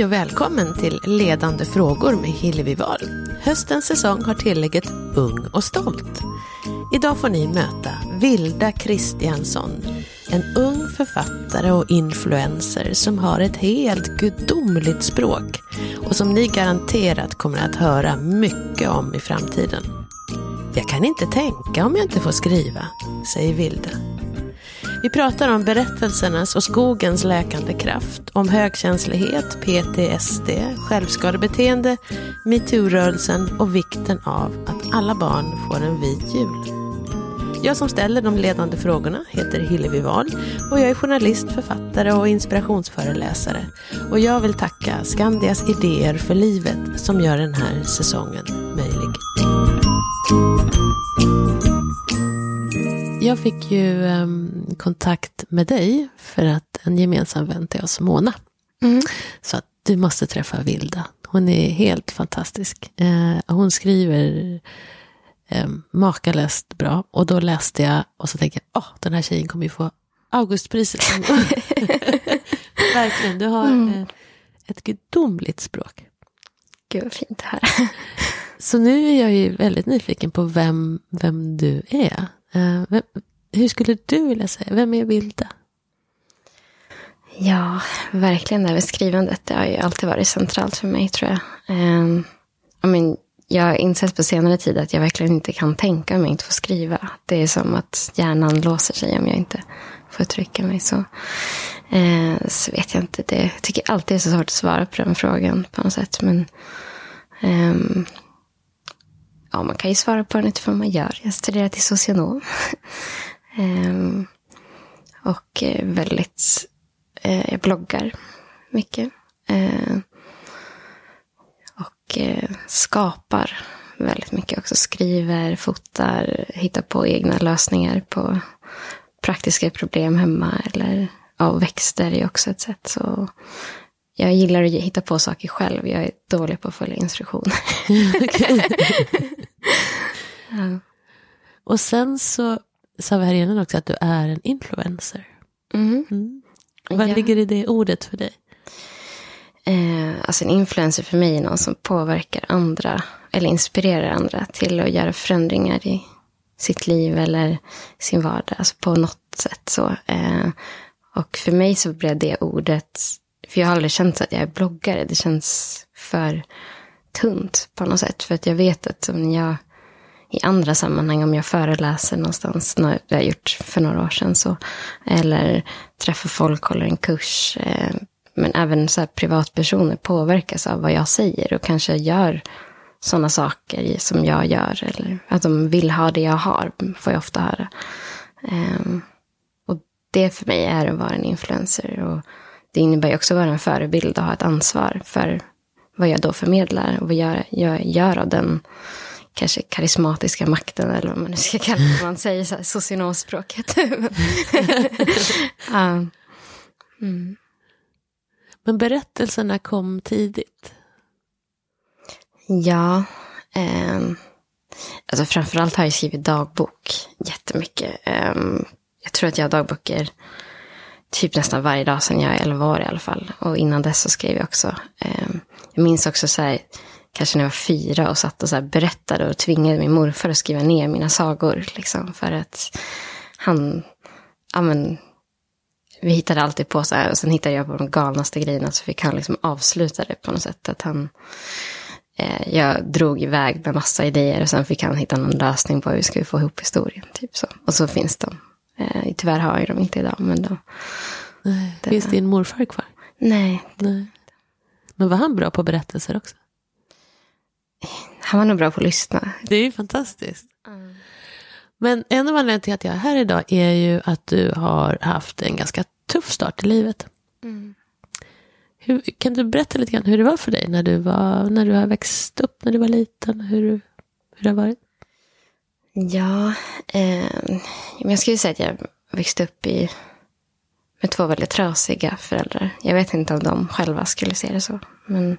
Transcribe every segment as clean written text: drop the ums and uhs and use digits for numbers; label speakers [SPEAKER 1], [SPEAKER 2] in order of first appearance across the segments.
[SPEAKER 1] Hej och välkommen till Ledande frågor med Hillevi Wahl. Höstens säsong har tillägget Ung och stolt. Idag får ni möta Vilda Kristiansson, en ung författare och influencer som har ett helt gudomligt språk och som ni garanterat kommer att höra mycket om i framtiden. Jag kan inte tänka om jag inte får skriva, säger Vilda. Vi pratar om berättelsernas och skogens läkande kraft, om högkänslighet, PTSD, självskadebeteende, MeToo-rörelsen och vikten av att alla barn får en vit jul. Jag som ställer de ledande frågorna heter Hillevi Wahl och jag är journalist, författare och inspirationsföreläsare. Och jag vill tacka Skandias Idéer för livet som gör den här säsongen möjlig. Jag fick ju kontakt med dig för att en gemensam vän till oss, Mona. Så att du måste träffa Vilda. Hon är helt fantastisk. Hon skriver makalöst bra. Och då läste jag och så tänkte jag, den här tjejen kommer ju få Augustpriset. Verkligen, du har ett gudomligt språk.
[SPEAKER 2] Gud vad fint det här.
[SPEAKER 1] Så nu är jag ju väldigt nyfiken på vem du är. Hur skulle du vilja säga? Vem är Vilda?
[SPEAKER 2] Ja, verkligen det här skrivandet. Det har ju alltid varit centralt för mig, tror jag. Jag har insett på senare tid att jag verkligen inte kan tänka om jag inte får skriva. Det är som att hjärnan låser sig om jag inte får trycka mig. Så vet jag inte. Jag tycker alltid det är så svårt att svara på den frågan på något sätt. Men man kan ju svara på den utifrån vad man gör. Jag studerar till socionom. Och jag bloggar mycket. Och skapar väldigt mycket också. Skriver, fotar, hittar på egna lösningar på praktiska problem hemma. Eller växter är också ett sätt. Så jag gillar att hitta på saker själv. Jag är dålig på att följa instruktioner.
[SPEAKER 1] Ja. Och sen så sa vi här innan också att du är en influencer. Vad ligger i det ordet för dig?
[SPEAKER 2] En influencer för mig är någon som påverkar andra eller inspirerar andra till att göra förändringar i sitt liv eller sin vardag. Alltså på något sätt så. Och för mig så blev det ordet, för jag har aldrig känt att jag är bloggare. Det känns för tunt på något sätt. För att jag vet att om jag i andra sammanhang, om jag föreläser någonstans, det har jag gjort för några år sedan så, eller träffar folk, håller en kurs, men även så här privatpersoner påverkas av vad jag säger och kanske gör sådana saker som jag gör, eller att de vill ha det jag har, får jag ofta höra. Och det för mig är att vara en influencer, och det innebär ju också att vara en förebild och ha ett ansvar för vad jag då förmedlar och vad jag gör av den kanske karismatiska makten, eller vad man nu ska kalla det, man säger så här, socionomspråket.
[SPEAKER 1] Men berättelserna kom tidigt.
[SPEAKER 2] Ja, alltså framförallt har jag skrivit dagbok jättemycket. Jag tror att jag har dagböcker typ nästan varje dag sedan jag är 11 år i alla fall. Och innan dess så skrev jag också. Jag minns också så här, kanske när jag var 4 och satt och så här berättade och tvingade min morfar att skriva ner mina sagor. Liksom, för att vi hittade alltid på så här, och sen hittade jag på de galnaste grejerna, så fick han liksom avsluta det på något sätt. Att jag drog iväg med massa idéer och sen fick han hitta någon lösning på hur vi skulle få ihop historien. Typ så. Och så finns de. Tyvärr har jag dem inte idag. Men
[SPEAKER 1] finns din morfar kvar?
[SPEAKER 2] Nej.
[SPEAKER 1] Men var han bra på berättelser också?
[SPEAKER 2] Han var nog bra på att lyssna.
[SPEAKER 1] Det är ju fantastiskt. Men en av anledningarna till att jag är här idag är ju att du har haft en ganska tuff start i livet. Kan du berätta lite grann hur det var för dig när du har växt upp, när du var liten? Hur det har varit?
[SPEAKER 2] Ja, jag skulle säga att jag växte upp med 2 väldigt trasiga föräldrar. Jag vet inte om de själva skulle se det så. Men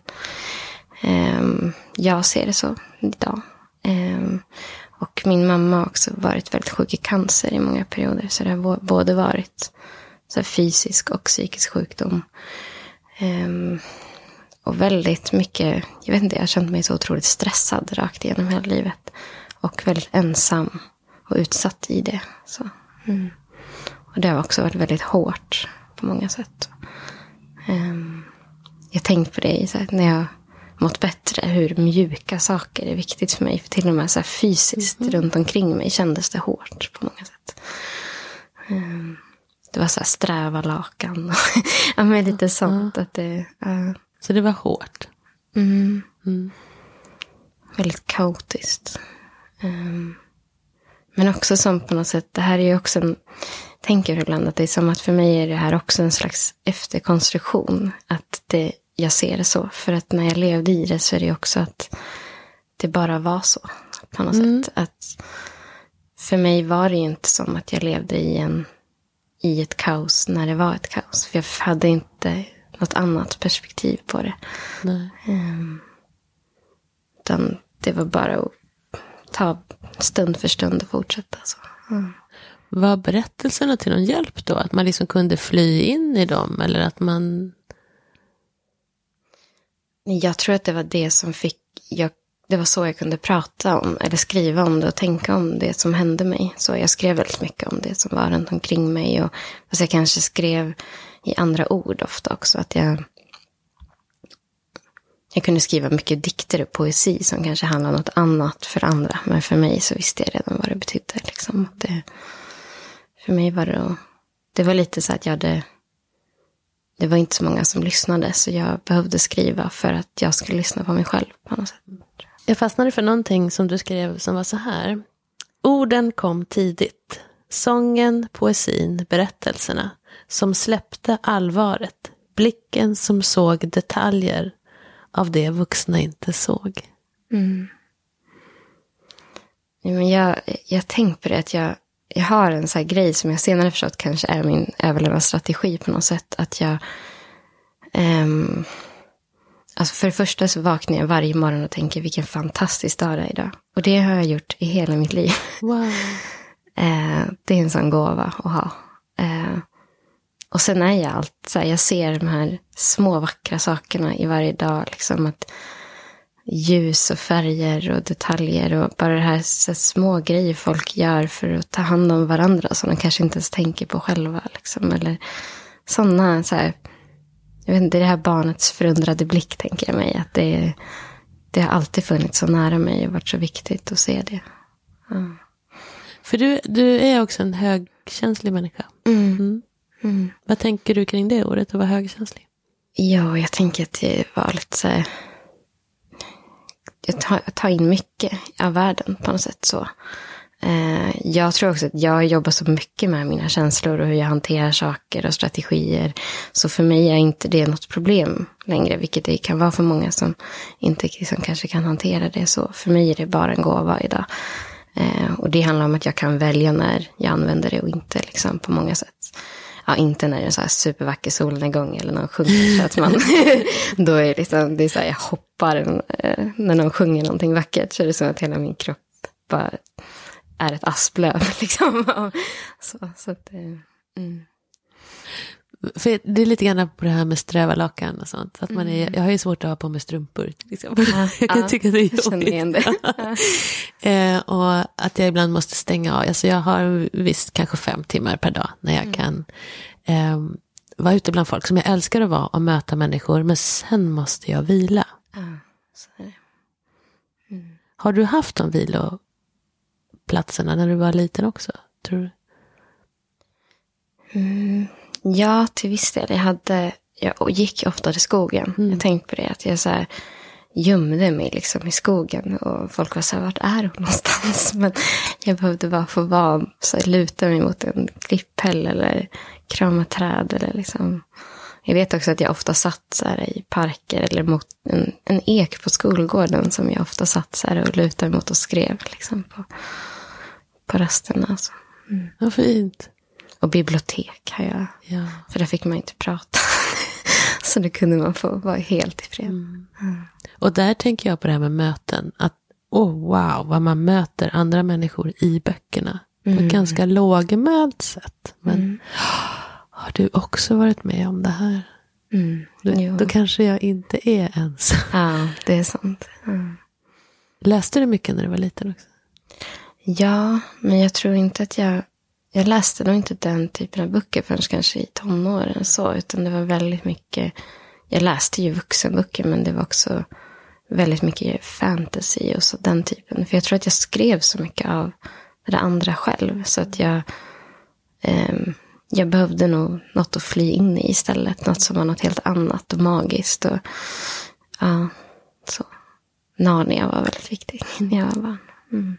[SPEAKER 2] jag ser det så idag. Och min mamma har också varit väldigt sjuk i cancer i många perioder. Så det har både varit så här fysisk och psykisk sjukdom. Och väldigt mycket, jag vet inte, jag har känt mig så otroligt stressad rakt igenom hela livet. Och väldigt ensam och utsatt i det. Så. Och det har också varit väldigt hårt på många sätt. Jag har tänkt på det så här, när jag mått bättre, hur mjuka saker är viktigt för mig. För till och med så här fysiskt runt omkring mig kändes det hårt på många sätt. Det var så här sträva lakan. Ja, men lite sånt. Att det,
[SPEAKER 1] Så det var hårt?
[SPEAKER 2] Väldigt kaotiskt. Men också som på något sätt, det här är ju också tänker ibland att det är som att för mig är det här också en slags efterkonstruktion. Att jag ser det så. För att när jag levde i det så är det också att det bara var så. På något sätt. Att för mig var det ju inte som att jag levde i ett kaos när det var ett kaos. För jag hade inte något annat perspektiv på det.
[SPEAKER 1] Nej.
[SPEAKER 2] Utan det var bara att ta stund för stund och fortsätta. Så.
[SPEAKER 1] Var berättelserna till någon hjälp då? Att man liksom kunde fly in i dem? Eller att man...
[SPEAKER 2] Jag tror att det var det som det var så jag kunde prata om, eller skriva om det och tänka om det som hände mig. Så jag skrev väldigt mycket om det som var runt omkring mig. Och fast jag kanske skrev i andra ord ofta också. Att jag kunde skriva mycket dikter och poesi som kanske handlar om något annat för andra. Men för mig så visste jag redan vad det betydde. Liksom. För mig var det var lite så att det var inte så många som lyssnade. Så jag behövde skriva för att jag skulle lyssna på mig själv på något sätt.
[SPEAKER 1] Jag fastnade för någonting som du skrev som var så här. Orden kom tidigt. Sången, poesin, berättelserna. Som släppte allvaret. Blicken som såg detaljer av det vuxna inte såg.
[SPEAKER 2] Ja, men jag tänkte på det att jag har en så här grej som jag senare förstått kanske är min överlevnadsstrategi på något sätt. Att jag... Alltså för det första så vaknar jag varje morgon och tänker vilken fantastisk dag det är idag. Och det har jag gjort i hela mitt liv.
[SPEAKER 1] Wow.
[SPEAKER 2] Det är en sån gåva att ha. Och sen är jag allt så här, jag ser de här små vackra sakerna i varje dag. Liksom att ljus och färger och detaljer och bara det här så små grejer folk gör för att ta hand om varandra som de kanske inte ens tänker på själva. Liksom. Eller sådana så här... Jag vet inte, det här barnets förundrade blick tänker jag mig. Att det har alltid funnits så nära mig och varit så viktigt att se det.
[SPEAKER 1] För du är också en högkänslig människa. Vad tänker du kring det ordet att vara högkänslig?
[SPEAKER 2] Ja, jag tänker att det var lite så här... Jag tar in mycket av världen på något sätt så. Jag tror också att jag jobbar så mycket med mina känslor och hur jag hanterar saker och strategier. Så för mig är inte det något problem längre, vilket det kan vara för många som inte liksom kanske kan hantera det så. För mig är det bara en gåva idag. Och det handlar om att jag kan välja när jag använder det och inte liksom på många sätt. Ja, inte när det är en så här supervacker solnedgång eller någon sjunger så att man då är liksom, det är så här, jag hoppar när någon sjunger någonting vackert så är det som att hela min kropp bara är ett asplöv liksom. Så att
[SPEAKER 1] För det är lite grann på det här med sträva lakan och sånt. Att man jag har ju svårt att ha på mig strumpor. Liksom. Jag kan tycka det är jobbigt.
[SPEAKER 2] Känner igen det.
[SPEAKER 1] Och att jag ibland måste stänga av. Alltså jag har visst kanske 5 timmar per dag när jag kan vara ute bland folk som jag älskar att vara och möta människor. Men sen måste jag vila.
[SPEAKER 2] Så är det.
[SPEAKER 1] Har du haft de viloplatserna när du var liten också, tror du?
[SPEAKER 2] Ja, till viss del. Jag gick ofta till skogen. Jag tänkte på det, att jag så här gömde mig liksom i skogen. Och folk var så här, vart är du någonstans? Men jag behövde bara få vara, så här, luta mig mot en klipphäll eller krama träd. Eller liksom. Jag vet också att jag ofta satt så här i parker eller mot en ek på skolgården som jag ofta satt så här och lutade mot och skrev liksom på rasterna. Alltså.
[SPEAKER 1] Vad fint.
[SPEAKER 2] Och bibliotek har jag. Ja. För där fick man inte prata. Så då kunde man få vara helt i fred.
[SPEAKER 1] Och där tänker jag på det här med möten. Att wow, vad man möter andra människor i böckerna. På ett ganska lågmält sätt. Men har du också varit med om det här? Då kanske jag inte är ensam.
[SPEAKER 2] Ja, det är sant.
[SPEAKER 1] Läste du mycket när du var liten också?
[SPEAKER 2] Ja, men jag tror inte att jag läste nog inte den typen av böcker förrän kanske i tonåren så, utan det var väldigt mycket, jag läste ju vuxenböcker, men det var också väldigt mycket fantasy och så den typen. För jag tror att jag skrev så mycket av det andra själv, så att jag behövde nog något att fly in i istället, något som var något helt annat och magiskt och ja, så. Narnia var väldigt viktig när jag var barn.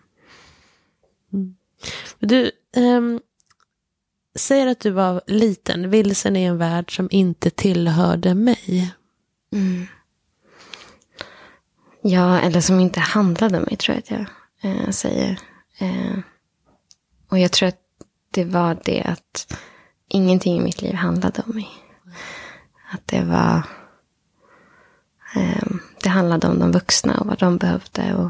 [SPEAKER 1] Du säger att du var liten, vilsen i en värld som inte tillhörde mig.
[SPEAKER 2] Ja, eller som inte handlade om mig, tror jag att jag säger. Och jag tror att det var det att ingenting i mitt liv handlade om mig. Att det var... det handlade om de vuxna och vad de behövde. Och,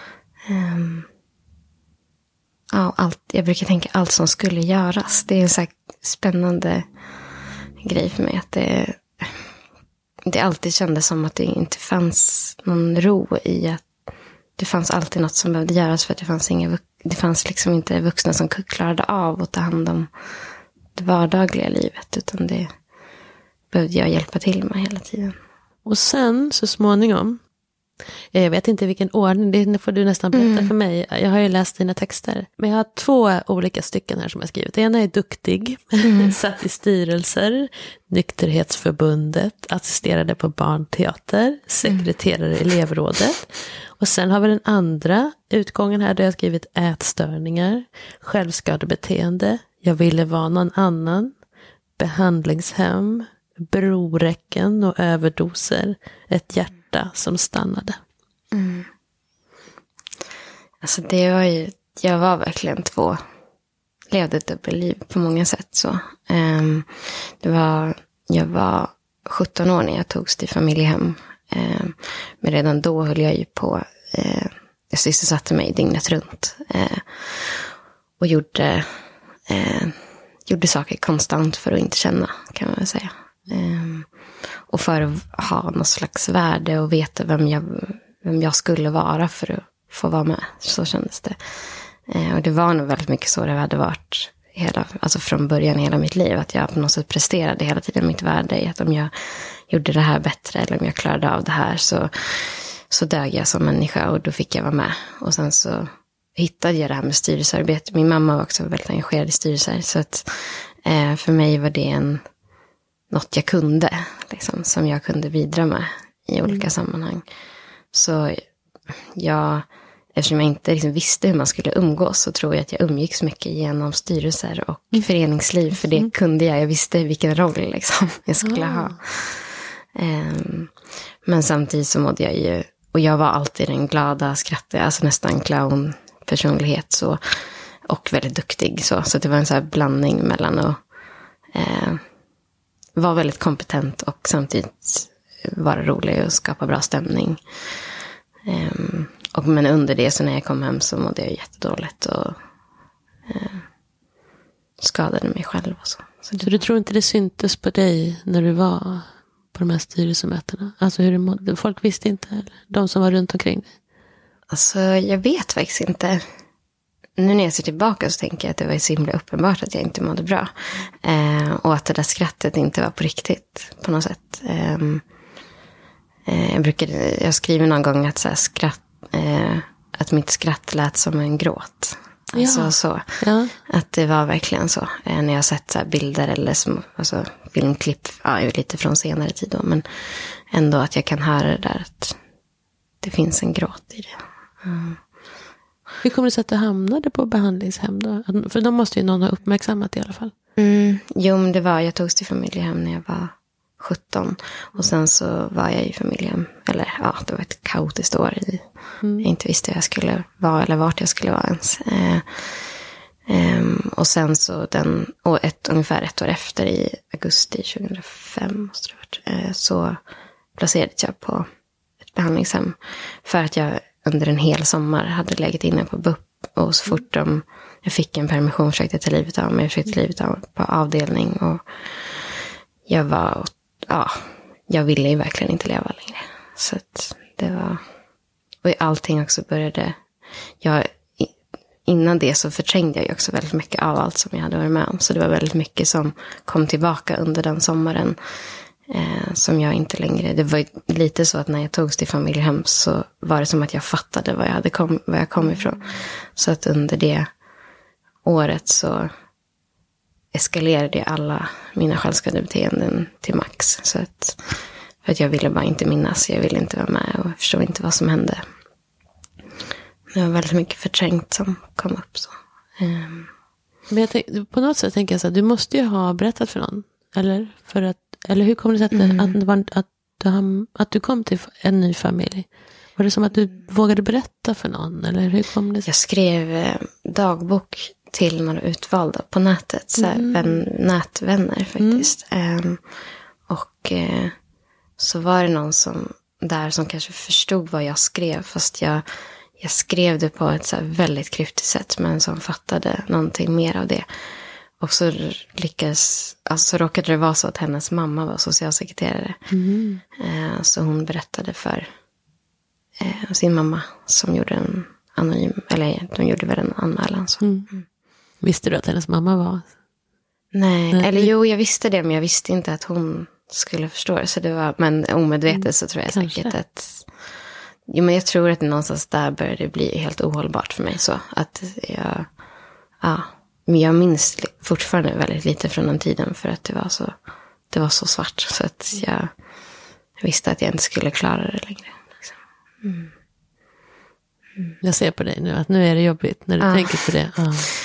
[SPEAKER 2] jag brukar tänka allt som skulle göras. Det är en så här spännande grej för mig. Att det alltid kändes som att det inte fanns någon ro i att det fanns alltid något som behövde göras, för att det fanns liksom inte vuxna som klarade av att ta hand om det vardagliga livet, utan det behövde jag hjälpa till med hela tiden.
[SPEAKER 1] Och sen så småningom, jag vet inte vilken ordning, det får du nästan berätta för mig. Jag har ju läst dina texter. Men jag har 2 olika stycken här som jag skrivit. Det ena är duktig, satt i styrelser, Nykterhetsförbundet, assisterade på barnteater, sekreterare i elevrådet. Och sen har vi den andra utgången här där jag har skrivit ätstörningar, självskadebeteende, jag ville vara någon annan, behandlingshem, broräcken och överdoser, ett hjärta som stannade.
[SPEAKER 2] Alltså det var ju, jag var verkligen levde ett dubbelliv på många sätt så. Jag var 17 år när jag togs till familjehem. Men redan då höll jag ju på, jag sysselsatte mig dygnet runt. Och gjorde saker konstant för att inte känna, kan man väl säga. Och för att ha någon slags värde och veta vem jag skulle vara för att få vara med. Så kändes det. Och det var nog väldigt mycket så det hade varit alltså från början i hela mitt liv. Att jag på något sätt presterade hela tiden mitt värde i att om jag gjorde det här bättre eller om jag klarade av det här så dög jag som människa och då fick jag vara med. Och sen så hittade jag det här med styrelsearbete. Min mamma var också väldigt engagerad i styrelser, så att för mig var det något jag kunde, liksom, som jag kunde bidra med i olika sammanhang. Så eftersom jag inte liksom visste hur man skulle umgås, så tror jag att jag umgicks mycket genom styrelser och föreningsliv, för det kunde jag visste vilken roll liksom, jag skulle ha. Men samtidigt så mådde jag ju, och jag var alltid den glada, skrattade, alltså nästan clown-personlighet så, och väldigt duktig så det var en så här blandning mellan att vara väldigt kompetent och samtidigt vara rolig och skapa bra stämning. Men under det, så när jag kom hem så mådde jag jättedåligt och skadade mig själv och så.
[SPEAKER 1] Så du tror inte det syntes på dig när du var på de här styrelsemötena? Alltså hur du mådde? Folk visste inte, eller de som var runt omkring dig?
[SPEAKER 2] Alltså jag vet faktiskt inte. Nu när jag ser tillbaka så tänker jag att det var så himla uppenbart att jag inte mådde bra. Och att det där skrattet inte var på riktigt på något sätt. Jag skriver någon gång att så här att mitt skratt lät som en gråt. Alltså så. Ja. Att det var verkligen så. När jag sett så här bilder eller alltså filmklipp, lite från senare tid då, men ändå att jag kan höra det där, att det finns en gråt i det.
[SPEAKER 1] Hur kommer det sig att du hamnade på behandlingshem då? För de måste ju någon ha uppmärksammat i alla fall.
[SPEAKER 2] Jo, men jag togs till familjehem när jag var 17. Och sen så var jag i familjehem. Eller det var ett kaotiskt år. Jag inte visste hur jag skulle vara eller vart jag skulle vara ens. Och sen så ungefär ett år efter, i augusti 2005 så placerades jag på ett behandlingshem. För att jag under en hel sommar hade legat inne på BUP. Och så fort jag fick en permission försökte jag ta livet av mig. Jag försökte ta livet av på avdelning. Och jag var jag ville ju verkligen inte leva längre. Så att det var, och allting också började, innan det så förträngde jag ju också väldigt mycket av allt som jag hade varit med om. Så det var väldigt mycket som kom tillbaka under den sommaren. Som jag inte längre, det var lite så att när jag togs till familjehem så var det som att jag fattade var jag kom ifrån. Så att under det året så eskalerade alla mina självskadebeteenden till max. Så att, för att jag ville bara inte minnas, jag ville inte vara med och jag förstod inte vad som hände. Det var väldigt mycket förträngt som kom upp så.
[SPEAKER 1] Men på något sätt tänker jag så här, du måste ju ha berättat för någon, eller? Eller hur kom det sig att du kom till en ny familj? Var det som att du vågade berätta för någon? Eller hur kom det sig?
[SPEAKER 2] Jag skrev dagbok till några utvalda på nätet. Så här, nätvänner faktiskt. Och så var det någon som kanske förstod vad jag skrev. Fast jag skrev det på ett så här väldigt kryptiskt sätt. Men som fattade någonting mer av det. Och så så råkade det vara så att hennes mamma var socialsekreterare. Så hon berättade för sin mamma som gjorde en anonym, eller de gjorde väl en anmälan. Så.
[SPEAKER 1] Visste du att hennes mamma var?
[SPEAKER 2] Nej, eller jo, jag visste det, men jag visste inte att hon skulle förstå det. Så det var, men omedvetet så tror jag säkert att, men jag tror att någonstans där började det bli helt ohållbart för mig. Så att men jag minns fortfarande väldigt lite från den tiden för att det var så svart. Så att jag visste att jag inte skulle klara det längre. Liksom.
[SPEAKER 1] Jag ser på dig nu att nu är det jobbigt när du tänker på det.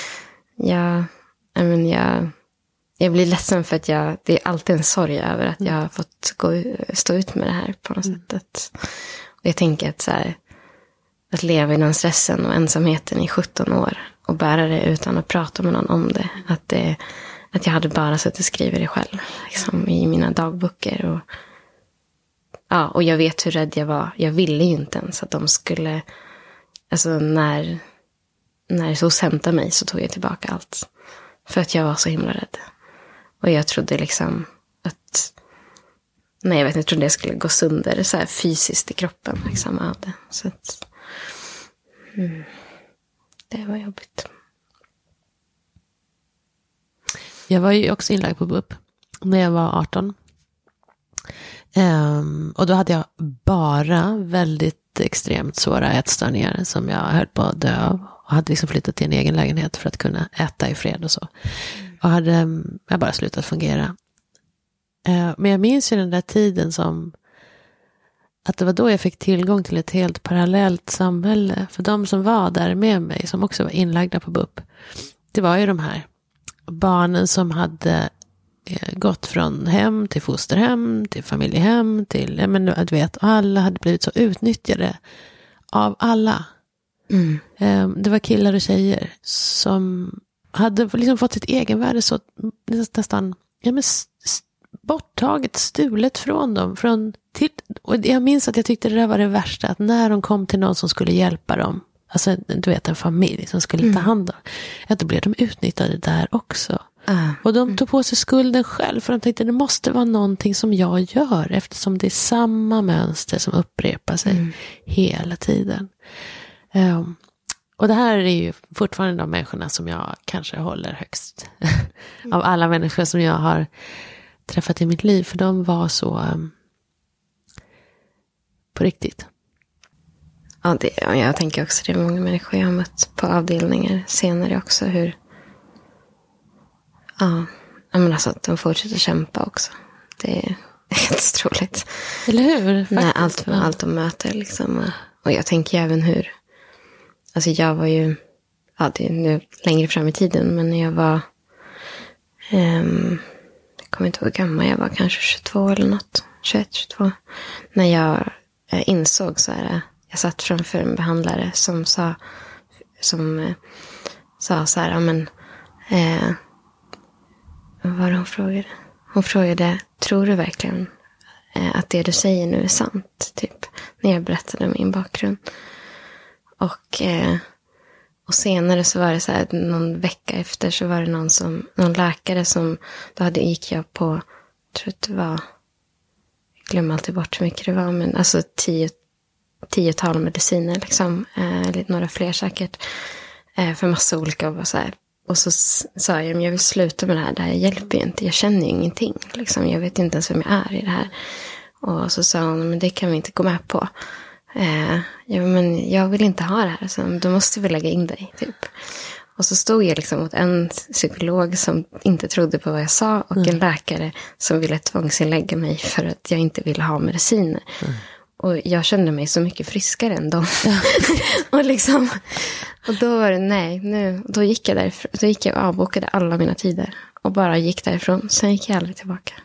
[SPEAKER 2] Jag blir ledsen för att det är alltid en sorg över att jag har fått stå ut med det här på något sätt. Och jag tänker att så här, att leva i den stressen och ensamheten i 17 år och bära det utan att prata med någon om det. Att jag hade bara suttit och skrivit det själv liksom, i mina dagböcker. Och jag vet hur rädd jag var. Jag ville ju inte ens att de skulle, alltså när SOS hämtade mig så tog jag tillbaka allt. För att jag var så himla rädd. Och jag trodde liksom att, jag trodde jag skulle gå sönder så här fysiskt i kroppen liksom, av det. Så att, det var jobbigt.
[SPEAKER 1] Jag var ju också inlagd på BUP när jag var 18. Och då hade jag bara väldigt extremt svåra ätstörningar som jag höll på att dö av. Och hade liksom flyttat till en egen lägenhet för att kunna äta i fred och så. Och jag bara slutat fungera. Men jag minns ju den där tiden som att det var då jag fick tillgång till ett helt parallellt samhälle. För de som var där med mig, som också var inlagda på BUP, det var ju de här barnen som hade gått från hem till fosterhem, till familjehem, till, du vet, och alla hade blivit så utnyttjade av alla. Det var killar och tjejer som hade liksom fått sitt egenvärde så nästan borttaget, stulet från dem. Och jag minns att jag tyckte det där var det värsta, att när de kom till någon som skulle hjälpa dem, alltså du vet en familj som skulle ta hand om, att då blev de utnyttjade där också. Och de tog på sig skulden själv, för de tänkte det måste vara någonting som jag gör, eftersom det är samma mönster som upprepar sig hela tiden. Och det här är ju fortfarande de människorna som jag kanske håller högst av alla människor som jag har träffat i mitt liv, för de var så på riktigt.
[SPEAKER 2] Ja, jag tänker också det är många människor jag har mött på avdelningar senare också, hur alltså att de fortsätter kämpa också. Det är helt otroligt.
[SPEAKER 1] Eller hur?
[SPEAKER 2] Nej, allt de möter liksom. Och jag tänker även hur, alltså jag var ju, det är nu längre fram i tiden, men när jag var jag kommer inte ihåg hur gammal jag var, kanske 22 eller något, 21-22, när jag insåg så här, jag satt framför en behandlare som sa så här, vad var det hon frågade? Hon frågade, tror du verkligen att det du säger nu är sant? Typ, när jag berättade min bakgrund. Och senare så var det så här, någon vecka efter så var det någon läkare som, gick jag på, jag tror att det var glömmer alltid bort hur mycket det var. Men alltså 10-tal mediciner liksom. Lite några fler säkert. För massa olika och så här. Och så sa jag, men jag vill sluta med det här hjälper ju inte. Jag känner ju ingenting liksom. Jag vet inte ens vem jag är i det här. Och så sa hon, men det kan vi inte gå med på. Men jag vill inte ha det här. Så då måste vi lägga in dig typ. Och så stod jag liksom mot en psykolog som inte trodde på vad jag sa. Och en läkare som ville tvångsinlägga mig för att jag inte ville ha mediciner. Och jag kände mig så mycket friskare än dem. och då var det då gick jag därifrån. Då gick jag och avbokade alla mina tider. Och bara gick därifrån. Sen gick jag aldrig tillbaka.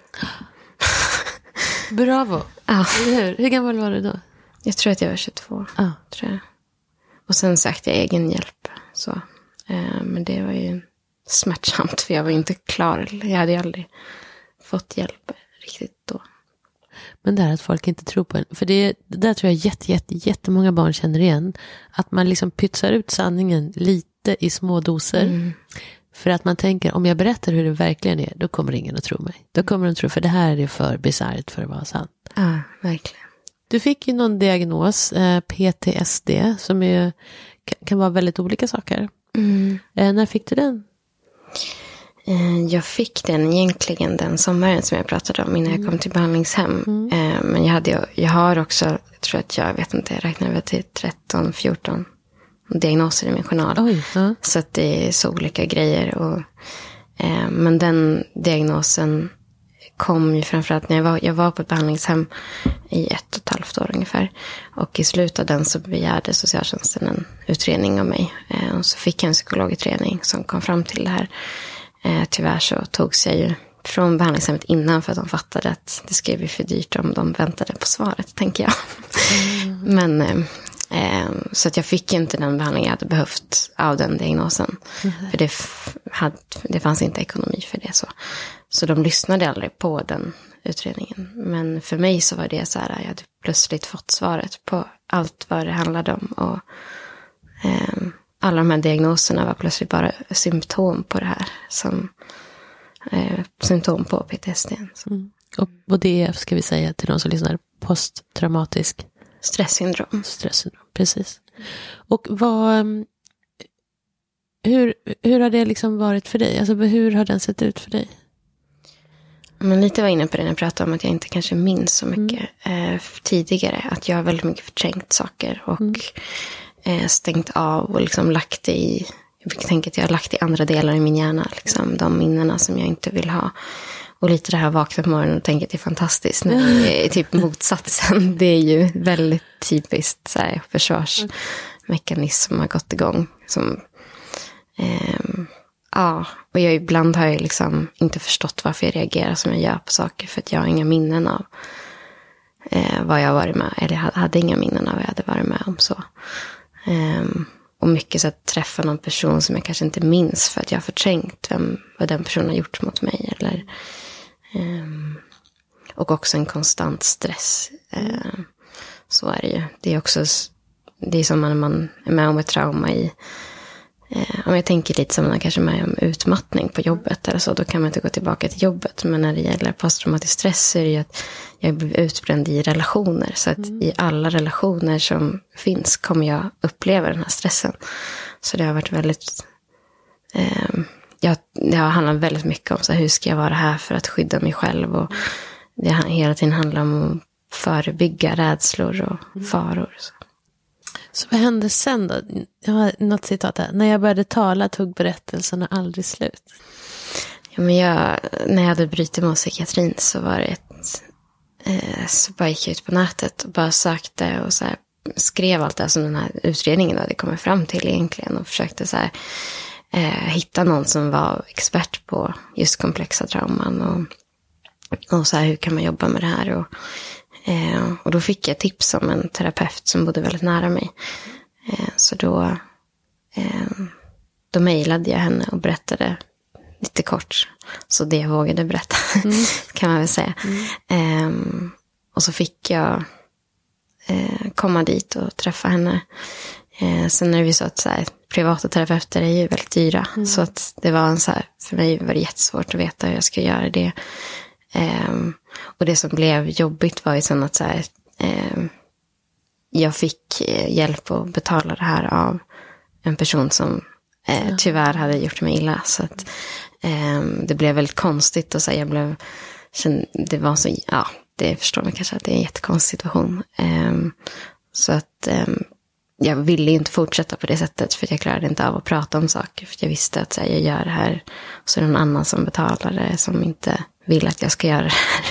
[SPEAKER 1] Bravo.
[SPEAKER 2] Ja.
[SPEAKER 1] Hur gammal var du då?
[SPEAKER 2] Jag tror att jag var 22. Tror jag. Och sen sökte jag egen hjälp. Så. Men det var ju smärtsamt. För jag var inte klar. Jag hade ju aldrig fått hjälp riktigt då.
[SPEAKER 1] Men det här att folk inte tror på en. För det där tror jag jättemånga barn känner igen. Att man liksom pytsar ut sanningen lite i små doser. För att man tänker, om jag berättar hur det verkligen är, då kommer ingen att tro mig. Då kommer de tro, för det här är för bisarrt för att vara sant.
[SPEAKER 2] Ja, verkligen.
[SPEAKER 1] Du fick ju någon diagnos, PTSD, som kan vara väldigt olika saker. När fick du den?
[SPEAKER 2] Jag fick den egentligen den sommaren som jag pratade om innan jag kom till behandlingshem. Men jag har också, jag räknar väl till 13-14 diagnoser i min journal.
[SPEAKER 1] Oj, ja. Så
[SPEAKER 2] att det är så olika grejer. Men den diagnosen kom ju framförallt när jag var på ett behandlingshem i 1,5 år ungefär. Och i slutet av den så begärde socialtjänsten en utredning av mig. Och så fick jag en psykologutredning som kom fram till det här. Tyvärr så togs jag ju från behandlingshemmet innan för att de fattade att det skulle bli för dyrt om de väntade på svaret, tänker jag. Men så att jag fick inte den behandling jag hade behövt av den diagnosen. För det fanns inte ekonomi för det. Så de lyssnade aldrig på den utredningen. Men för mig så var det så här, jag hade plötsligt fått svaret på allt vad det handlade om. Och alla de här diagnoserna var plötsligt bara symptom på det här. Som symptom på PTSD.
[SPEAKER 1] Och det ska vi säga till de som lyssnar, posttraumatisk
[SPEAKER 2] Stressyndrom,
[SPEAKER 1] precis. Och hur har det liksom varit för dig? Alltså hur har den sett ut för dig?
[SPEAKER 2] Men lite var inne på det när jag pratade om att jag inte kanske minns så mycket tidigare. Att jag har väldigt mycket förträngt saker och stängt av och liksom lagt det i, jag brukar tänka att jag har lagt i andra delar i min hjärna. Liksom, de minnena som jag inte vill ha. Och lite det här vakna på morgonen och tänka att det är fantastiskt. När det är typ motsatsen. Det är ju väldigt typiskt så här, försvarsmekanism som har gått igång. Och ibland har jag liksom inte förstått varför jag reagerar som jag gör på saker. För att jag har inga minnen av vad jag har varit med. Eller jag hade inga minnen av vad jag hade varit med om så. Och mycket så att träffa någon person som jag kanske inte minns för att jag har förträngt vad den personen har gjort mot mig. Eller, och också en konstant stress. Så är det ju. Det är som när man är med om ett trauma om jag tänker lite som man kanske är med om utmattning på jobbet eller så, då kan man inte gå tillbaka till jobbet. Men när det gäller posttraumatisk stress så är det ju att jag blir utbränd i relationer. Så att i alla relationer som finns kommer jag uppleva den här stressen. Så det har varit väldigt... det har handlat väldigt mycket om så här, hur ska jag vara här för att skydda mig själv. Och det har hela tiden handlat om att förebygga rädslor och faror.
[SPEAKER 1] Så vad hände sen då? Jag har något citat här. När jag började tala tog berättelserna aldrig slut.
[SPEAKER 2] Ja, men när jag hade brutit mot psykiatrin så var det så bara gick jag ut på nätet och bara sökte och så här, skrev allt det som den här utredningen hade kommit fram till egentligen. Och försökte så här, hitta någon som var expert på just komplexa trauman. Och så här, hur kan man jobba med det här? Och då fick jag tips om en terapeut som bodde väldigt nära mig. Så då mejlade jag henne och berättade lite kort. Så det jag vågade berätta kan man väl säga. Och så fick jag komma dit och träffa henne. Sen är det så att så här, privata terapeuter är ju väldigt dyra. Så att det var för mig var det jättesvårt att veta hur jag ska göra det. Och det som blev jobbigt var ju sen att så här, jag fick hjälp att betala det här av en person som tyvärr hade gjort mig illa. Så att det blev väldigt konstigt. Och så här, det var så, ja, det förstår man kanske att det är en jättekonstig situation. Så att jag ville ju inte fortsätta på det sättet, för jag klarade inte av att prata om saker. För jag visste att så här, jag gör det här, och så är det någon annan som betalar det, som inte vill att jag ska göra det här.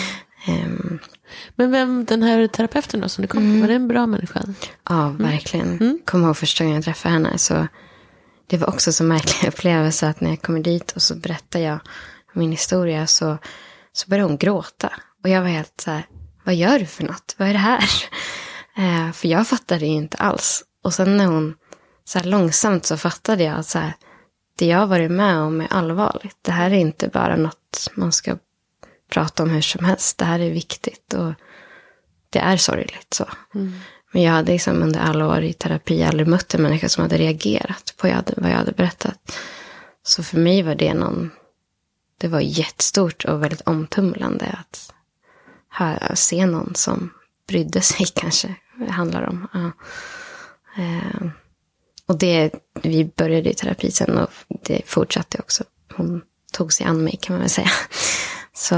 [SPEAKER 1] Men vem, den här terapeuten då som du kom, var det en bra människa?
[SPEAKER 2] Ja, verkligen. Kommer ihåg första gången jag träffade henne, så det var också så märklig upplevelse att när jag kommer dit och så berättar jag min historia, så började hon gråta. Och jag var helt så här, vad gör du för något? Vad är det här? För jag fattade ju inte alls. Och sen när hon så här långsamt, så fattade jag att så här, det jag har varit med om är allvarligt. Det här är inte bara något man ska prata om hur som helst. Det här är viktigt och det är sorgligt så. Men jag hade liksom under alla år i terapi aldrig mött en människa som hade reagerat på vad jag hade berättat. Så för mig var det var jättestort och väldigt omtumlande att se någon som brydde sig, kanske det handlar om. Ja. Och vi började i terapi sen, och det fortsatte också. Hon tog sig an mig, kan man väl säga. Så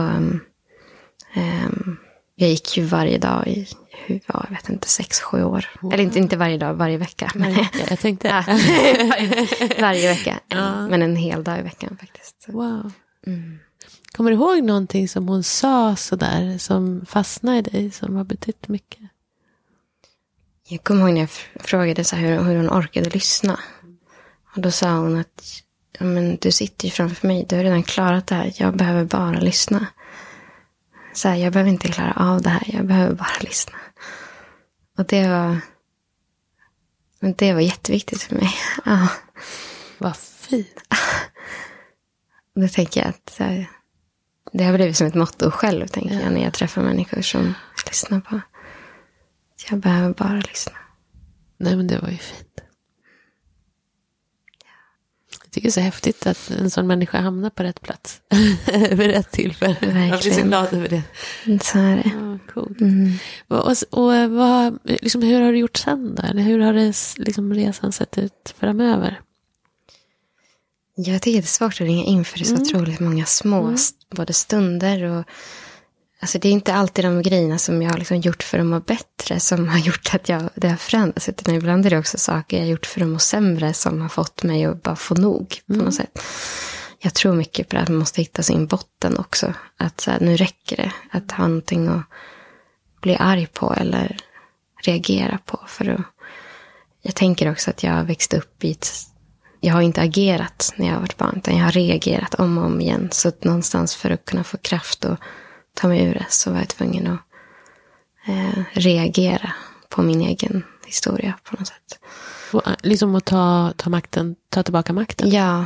[SPEAKER 2] jag gick ju varje dag i, jag vet inte, 6-7 år. Wow. Eller inte varje dag, varje vecka. Men,
[SPEAKER 1] jag tänkte.
[SPEAKER 2] Ja, varje vecka. Ja. Men en hel dag i veckan faktiskt. Så.
[SPEAKER 1] Wow. Kommer du ihåg någonting som hon sa så där, som fastnade i dig, som har betytt mycket?
[SPEAKER 2] Jag kommer ihåg när jag frågade så här hur hon orkade lyssna. Och då sa hon att men du sitter ju framför mig, du har redan klarat det här. Jag behöver bara lyssna. Så här, jag behöver inte klara av det här, jag behöver bara lyssna. Och det var jätteviktigt för mig. Ja.
[SPEAKER 1] Vad fint.
[SPEAKER 2] Då tänker jag att så här, det har blivit som ett motto själv, tänker jag, när jag träffar människor som jag lyssnar på. Jag behöver bara lyssna.
[SPEAKER 1] Nej, men det var ju fint. Jag tycker det är så häftigt att en sån människa hamnar på rätt plats. Vid rätt tillfälle.
[SPEAKER 2] Verkligen.
[SPEAKER 1] Jag blir så glad över det.
[SPEAKER 2] Så är det.
[SPEAKER 1] Ja, coolt. Och liksom, hur har du gjort sen då? Eller hur har det, liksom, resan sett ut framöver?
[SPEAKER 2] Jag tycker det är svårt att ringa in, för det är så otroligt många små både stunder och alltså det är inte alltid de grejerna som jag har liksom gjort för att må bättre som har gjort att det har förändrats, utan ibland är det också saker jag har gjort för att må sämre som har fått mig att bara få nog på något sätt. Jag tror mycket på att man måste hitta sin botten också, att så här, nu räcker det att ha någonting att bli arg på eller reagera på, jag tänker också att jag har växt upp jag har inte agerat när jag har varit barn, utan jag har reagerat om och om igen. Så att någonstans för att kunna få kraft och ta mig ur det, så var jag tvungen att reagera på min egen historia på något sätt.
[SPEAKER 1] Och, liksom att ta tillbaka makten?
[SPEAKER 2] Ja.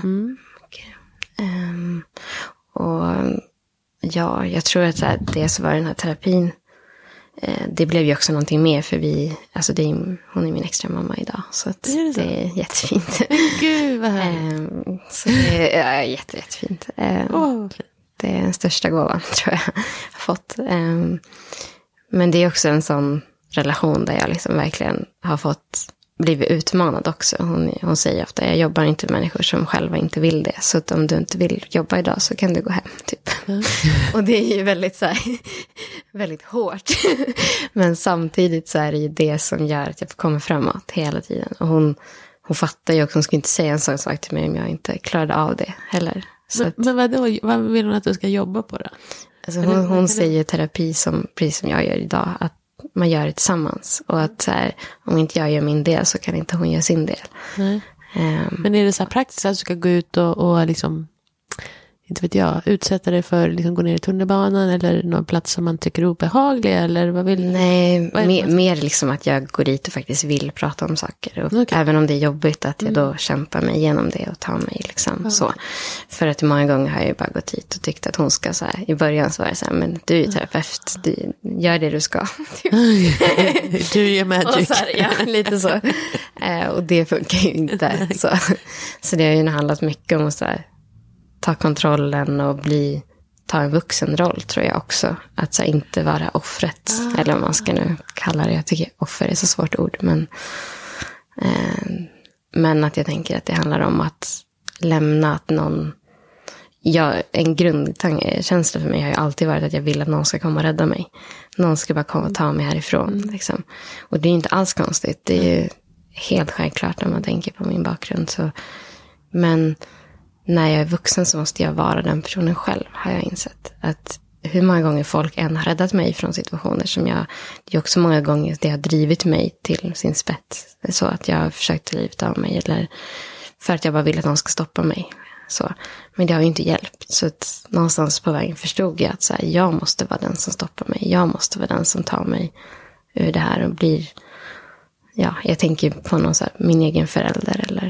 [SPEAKER 2] Och ja, jag tror att det så var den här terapin. Det blev ju också någonting mer, för hon är min extra mamma idag. Så att det är jättefint.
[SPEAKER 1] Gud vad härligt.
[SPEAKER 2] Så det är jättefint. Det är den största gåvan, tror jag har fått. Men det är också en sån relation där jag liksom verkligen har blivit utmanad också. Hon säger ofta, jag jobbar inte med människor som själva inte vill det. Så att om du inte vill jobba idag så kan du gå hem, typ. Och det är ju väldigt så här, väldigt hårt. Men samtidigt så är det ju det som gör att jag får komma framåt hela tiden. Och hon fattar ju också, hon skulle inte säga en sån sak till mig om jag inte klarade av det heller.
[SPEAKER 1] Men vad vill hon att du ska jobba på då?
[SPEAKER 2] Alltså hon säger terapi precis som jag gör idag, att man gör det tillsammans. Och att så här, om inte jag gör min del så kan inte hon göra sin del.
[SPEAKER 1] Nej. Men är det så här praktiskt att du ska gå ut och liksom, inte vet jag, utsätta dig för liksom gå ner i tunnelbanan eller någon plats som man tycker är obehaglig, eller vad vill?
[SPEAKER 2] Nej, mer liksom att jag går dit och faktiskt vill prata om saker. Och även om det är jobbigt, att jag då kämpar mig igenom det och tar mig liksom så. För att många gånger har jag ju bara gått hit och tyckt att hon ska så här, i början så var det så här, men du är ju terapeut, du gör det du ska.
[SPEAKER 1] Du är magic.
[SPEAKER 2] Så här, ja, lite så. Och det funkar ju inte. Så det har ju handlat mycket om att så här, ta kontrollen och bli ta en vuxenroll, tror jag också. Att så här, inte vara offret. Eller vad man ska nu kalla det. Jag tycker offer är så svårt ord. Men att jag tänker att det handlar om att lämna att någon... en grundkänsla för mig har ju alltid varit att jag vill att någon ska komma och rädda mig. Någon ska bara komma och ta mig härifrån. Liksom. Och det är inte alls konstigt. Det är ju helt självklart när man tänker på min bakgrund. Så. Men när jag är vuxen så måste jag vara den personen själv, har jag insett. Att hur många gånger folk än har räddat mig från situationer som det är också många gånger det har drivit mig till sin spets. Så att jag har försökt ta livet av mig, eller för att jag bara vill att någon ska stoppa mig. Så. Men det har ju inte hjälpt. Så att någonstans på vägen förstod jag att så här, jag måste vara den som stoppar mig. Jag måste vara den som tar mig ur det här och blir... Ja, jag tänker på någon så här, min egen förälder. Eller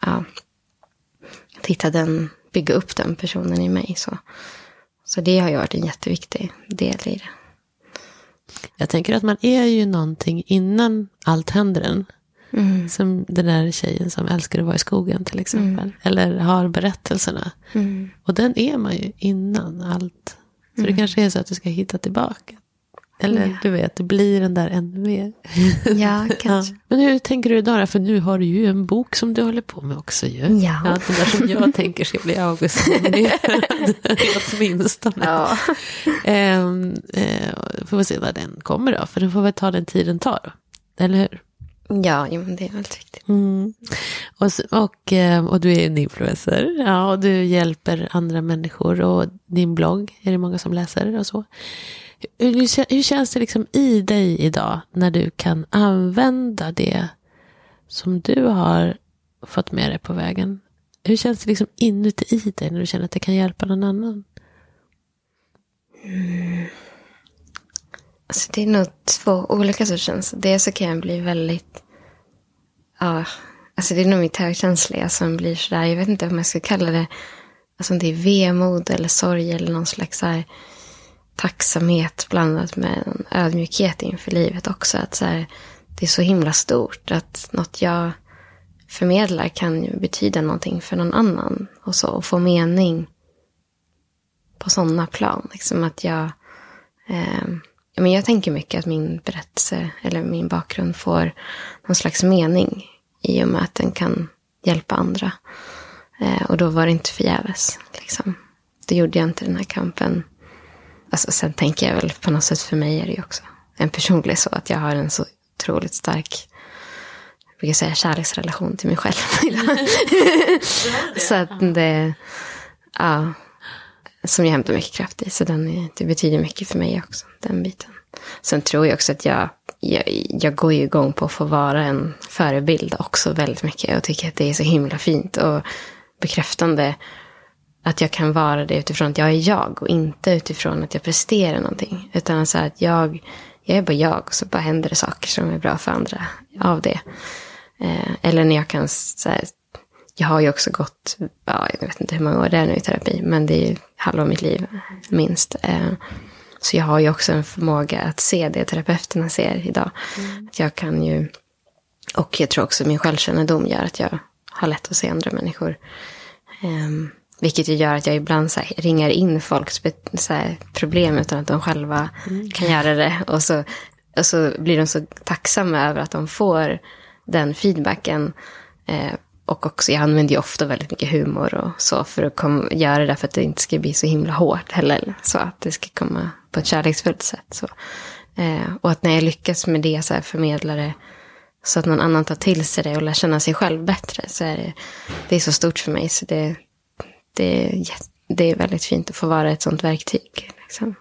[SPEAKER 2] bygga upp den personen i mig. Så det har ju varit en jätteviktig del i det.
[SPEAKER 1] Jag tänker att man är ju någonting innan allt händer en. Som den där tjejen som älskar att vara i skogen till exempel. Eller har berättelserna. Och den är man ju innan allt. Så det kanske är så att du ska hitta tillbaka. Eller du vet, det blir den där ännu mer.
[SPEAKER 2] Ja, kanske.
[SPEAKER 1] Ja. Men hur tänker du idag? För nu har du ju en bok som du håller på med också ju.
[SPEAKER 2] Ja.
[SPEAKER 1] Den där som jag tänker ska bli avsnitt. Åtminstone. Ja. Får vi se när den kommer då. För den får väl ta den tiden tar då. Eller hur?
[SPEAKER 2] Ja, men det är väldigt viktigt.
[SPEAKER 1] Och du är en influencer. Ja, och du hjälper andra människor. Och din blogg är det många som läser och så. Hur känns det liksom i dig idag när du kan använda det som du har fått med dig på vägen? Hur känns det liksom inuti i dig när du känner att det kan hjälpa någon annan?
[SPEAKER 2] Alltså det är nog två olika sorters känslor. Dels så kan jag bli väldigt... alltså det är nog mitt högkänsliga som blir sådär. Jag vet inte om jag ska kalla det... Alltså om det är vemod eller sorg eller någon slags så här tacksamhet blandat med en ödmjukhet inför livet också. Att så här, det är så himla stort att något jag förmedlar kan ju betyda någonting för någon annan. Och få mening på sådana plan. Liksom att men jag tänker mycket att min berättelse eller min bakgrund får någon slags mening i och med att den kan hjälpa andra. Och då var det inte förgäves. Liksom. Då gjorde jag inte den här kampen. Alltså, sen tänker jag väl på något sätt, för mig är det ju också en personlig så att jag har en så otroligt stark, jag brukar säga, kärleksrelation till mig själv. Så att det, som jag hämtar mycket kraft i. Så det betyder mycket för mig också, den biten. Sen tror jag också att jag går ju igång på att få vara en förebild också väldigt mycket. Och tycker att det är så himla fint och bekräftande att jag kan vara det utifrån att jag är jag. Och inte utifrån att jag presterar någonting. Utan så att jag är bara jag. Och så bara händer det saker som är bra för andra av det. Eller när jag kan så här, jag har ju också gått, jag vet inte hur många år det är nu i terapi. Men det är ju halva mitt liv minst. Så jag har ju också en förmåga att se det terapeuterna ser idag. Att jag kan ju, och jag tror också min självkännedom gör att jag har lätt att se andra människor. Vilket ju gör att jag ibland så här ringar in folks så här problem utan att de själva kan göra det. Och så blir de så tacksamma över att de får den feedbacken. Och också, jag använder ju ofta väldigt mycket humor och så för att göra det för att det inte ska bli så himla hårt heller. Så att det ska komma på ett kärleksfullt sätt. Så. Och att när jag lyckas med det så här förmedla det så att någon annan tar till sig det och lär känna sig själv bättre. Så är det är så stort för mig. Så det är väldigt fint att få vara ett sånt verktyg. Liksom.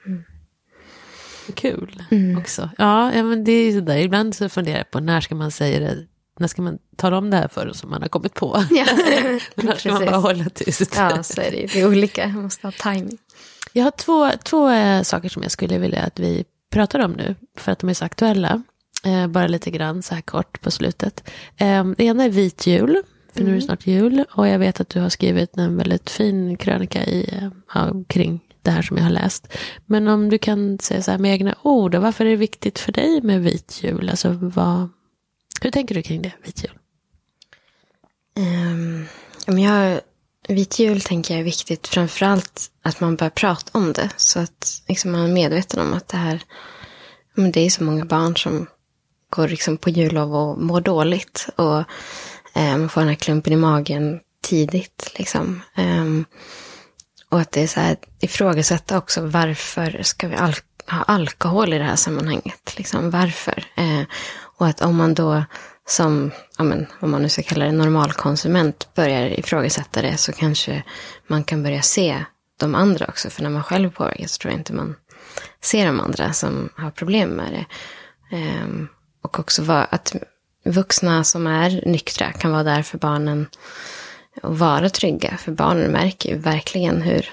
[SPEAKER 1] Kul också. Ja, men det är så där. Ibland så funderar jag på när ska man säga det. När ska man tala om det här för som man har kommit på? Ja, men när ska man bara hålla tyst?
[SPEAKER 2] Ja, så är det. Det är olika. Man måste ha timing.
[SPEAKER 1] Jag har två saker som jag skulle vilja att vi pratar om nu. För att de är så aktuella. Bara lite grann så här kort på slutet. Det ena är vit jul. För nu är det snart jul. Och jag vet att du har skrivit en väldigt fin krönika kring det här som jag har läst. Men om du kan säga så här med egna ord. Varför är det viktigt för dig med vit jul? Alltså hur tänker du kring det, vit jul?
[SPEAKER 2] vit jul tänker jag är viktigt. Framförallt att man börjar prata om det. Så att liksom, man är medveten om att det är så många barn som går liksom på jullov och mår dåligt. Och man får den här klumpen i magen tidigt. Liksom. Och att det är så här, ifrågasätta också varför ska vi ha alkohol i det här sammanhanget. Liksom, varför? Och att om man då som, om man nu ska kalla det normalkonsument, börjar ifrågasätta det, så kanske man kan börja se de andra också. För när man själv påverkas så tror jag inte man ser de andra som har problem med det. Och också att vuxna som är nyktra kan vara där för barnen och vara trygga. För barnen märker ju verkligen hur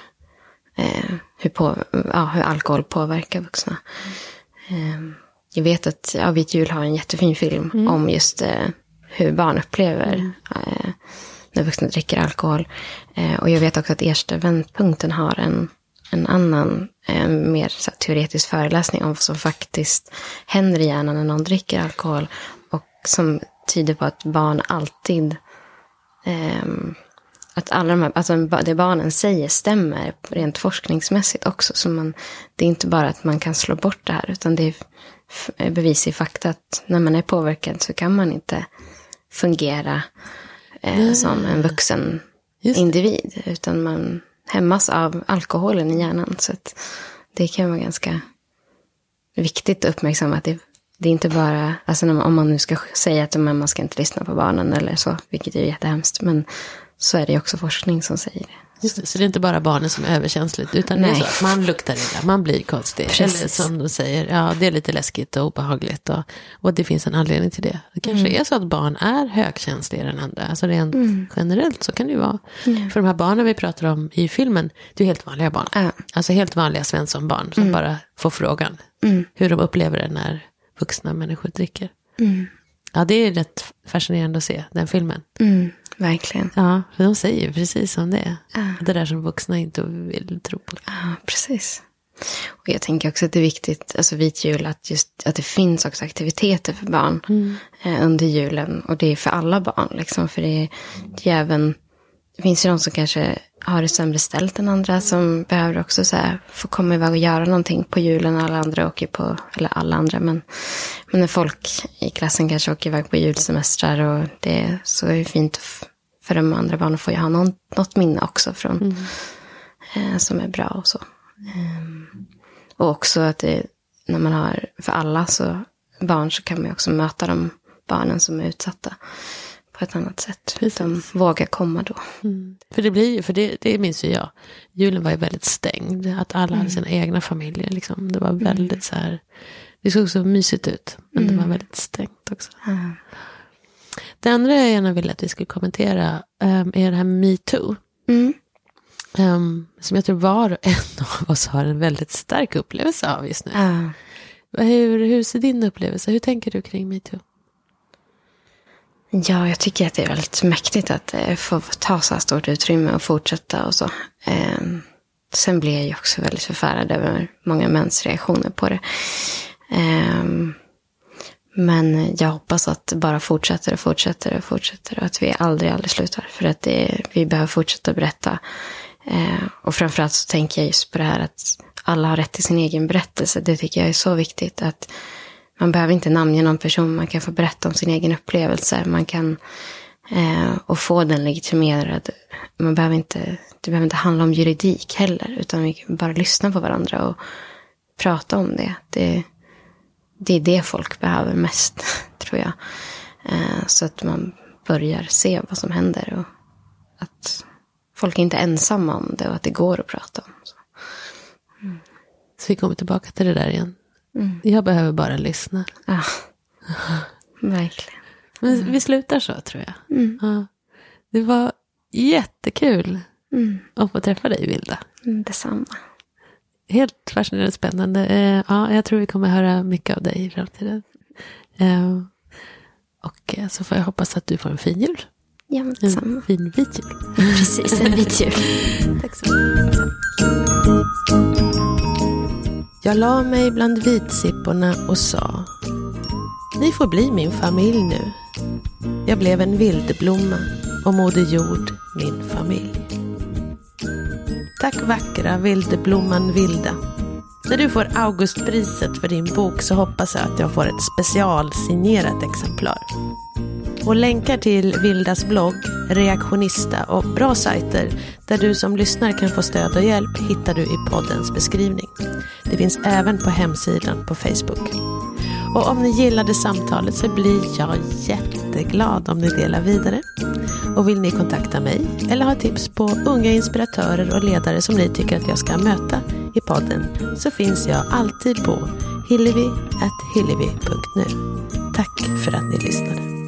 [SPEAKER 2] alkohol påverkar vuxna. Jag vet att Vit jul har en jättefin film om just hur barn upplever när vuxna dricker alkohol. Och jag vet också att Ersta vändpunkten har en annan mer så här, teoretisk föreläsning om vad som faktiskt händer i hjärnan när någon dricker alkohol. Och som tyder på att barn alltid... att alla de här, alltså det barnen säger stämmer rent forskningsmässigt också. Så det är inte bara att man kan slå bort det här, utan det är bevis i fakta att när man är påverkad så kan man inte fungera som en vuxen individ. Utan man hämmas av alkoholen i hjärnan. Så att det kan vara ganska viktigt att uppmärksamma att det är inte bara, alltså om man nu ska säga att man ska inte lyssna på barnen eller så, vilket är jättehemskt, men så är det också forskning som säger det.
[SPEAKER 1] Just det, så det är inte bara barnen som är överkänsligt, utan det är så att man luktar illa, man blir konstig. Precis. Eller som de säger, det är lite läskigt och obehagligt och det finns en anledning till det. Det kanske är så att barn är högkänsligare än andra. Alltså rent generellt så kan det ju vara. För de här barnen vi pratar om i filmen, det är helt vanliga barn. Alltså helt vanliga svenssonbarn som bara får frågan hur de upplever det när vuxna människor dricker. Ja, det är rätt fascinerande att se den filmen.
[SPEAKER 2] Verkligen.
[SPEAKER 1] Ja, för de säger ju precis som det är. Det där som vuxna inte vill tro på.
[SPEAKER 2] Ja, precis. Och jag tänker också att det är viktigt, alltså Vit jul, att det finns också aktiviteter för barn under julen. Och det är för alla barn, liksom. För det är även, det finns ju de som kanske har det sämre ställt än andra, som behöver också så här, få komma iväg och göra någonting på julen. Alla andra åker på, eller alla andra, men när folk i klassen kanske åker iväg på julsemestrar, och så är det fint för de andra barnen får ju ha något minne också från som är bra och så. Och också att när man har för alla så barn, så kan man ju också möta de barnen som är utsatta på ett annat sätt. De vågar komma då.
[SPEAKER 1] För det blir ju, för det minns ju jag. Julen var ju väldigt stängd. Att alla hade sina egna familjer. Liksom. Det var väldigt så här. Det såg så mysigt ut. Men det var väldigt stängt också. Det andra jag gärna ville att vi skulle kommentera är det här med MeToo. Som jag tror var en av oss har en väldigt stark upplevelse av just nu. Hur ser din upplevelse? Hur tänker du kring MeToo?
[SPEAKER 2] Ja, jag tycker att det är väldigt mäktigt att få ta så här stort utrymme och fortsätta och så. Sen blir jag ju också väldigt förfärad över många mäns reaktioner på det. Men jag hoppas att det bara fortsätter och att vi aldrig slutar. För att vi behöver fortsätta berätta. Och framförallt så tänker jag just på det här att alla har rätt till sin egen berättelse. Det tycker jag är så viktigt, att man behöver inte namnge någon person. Man kan få berätta om sin egen upplevelse. Man kan och få den legitimerad. Det behöver inte handla om juridik heller. Utan vi kan bara lyssna på varandra och prata om det. Det är det folk behöver mest, tror jag. Så att man börjar se vad som händer. Och att folk är inte ensamma om det och att det går att prata om.
[SPEAKER 1] Så vi kommer tillbaka till det där igen. Jag behöver bara lyssna.
[SPEAKER 2] Ja, verkligen.
[SPEAKER 1] Men vi slutar så, tror jag. Ja. Det var jättekul att få träffa dig, Vilda.
[SPEAKER 2] Detsamma.
[SPEAKER 1] Helt fascinerande, spännande. Ja, jag tror vi kommer höra mycket av dig i framtiden. Och så får jag hoppas att du får en fin jul.
[SPEAKER 2] Ja, men detsamma.
[SPEAKER 1] En fin vit jul.
[SPEAKER 2] Precis, en vit jul.
[SPEAKER 1] Tack så mycket. Jag la mig bland vitsipporna och sa: ni får bli min familj nu. Jag blev en vildblomma och Moder Jord min familj. Tack vackra Vildeblomman Vilda. När du får Augustpriset för din bok så hoppas jag att jag får ett specialsignerat exemplar. Och länkar till Vildas blogg, Reaktionista och bra sajter där du som lyssnar kan få stöd och hjälp hittar du i poddens beskrivning. Det finns även på hemsidan på Facebook. Och om ni gillade samtalet så blir jag jätteglad om ni delar vidare. Och vill ni kontakta mig eller ha tips på unga inspiratörer och ledare som ni tycker att jag ska möta i podden så finns jag alltid på hillevi@hillevi.nu. Tack för att ni lyssnade.